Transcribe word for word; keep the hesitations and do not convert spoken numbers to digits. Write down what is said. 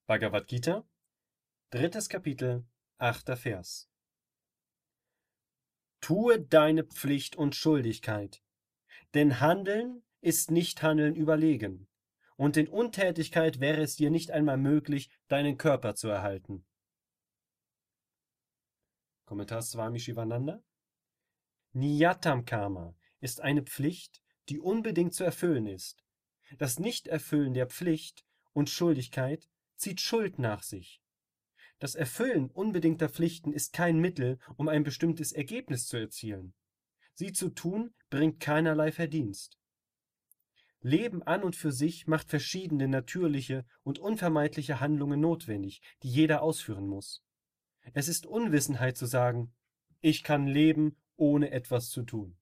Bhagavad Gita, drittes Kapitel, achter Vers. Tue deine Pflicht und Schuldigkeit, denn Handeln ist Nichthandeln überlegen, und in Untätigkeit wäre es dir nicht einmal möglich, deinen Körper zu erhalten. Kommentar Swami Shivananda. Niyatam Karma ist eine Pflicht, die unbedingt zu erfüllen ist. Das Nichterfüllen der Pflicht und Schuldigkeit zieht Schuld nach sich. Das Erfüllen unbedingter Pflichten ist kein Mittel, um ein bestimmtes Ergebnis zu erzielen. Sie zu tun, bringt keinerlei Verdienst. Leben an und für sich macht verschiedene natürliche und unvermeidliche Handlungen notwendig, die jeder ausführen muss. Es ist Unwissenheit zu sagen, ich kann leben, ohne etwas zu tun.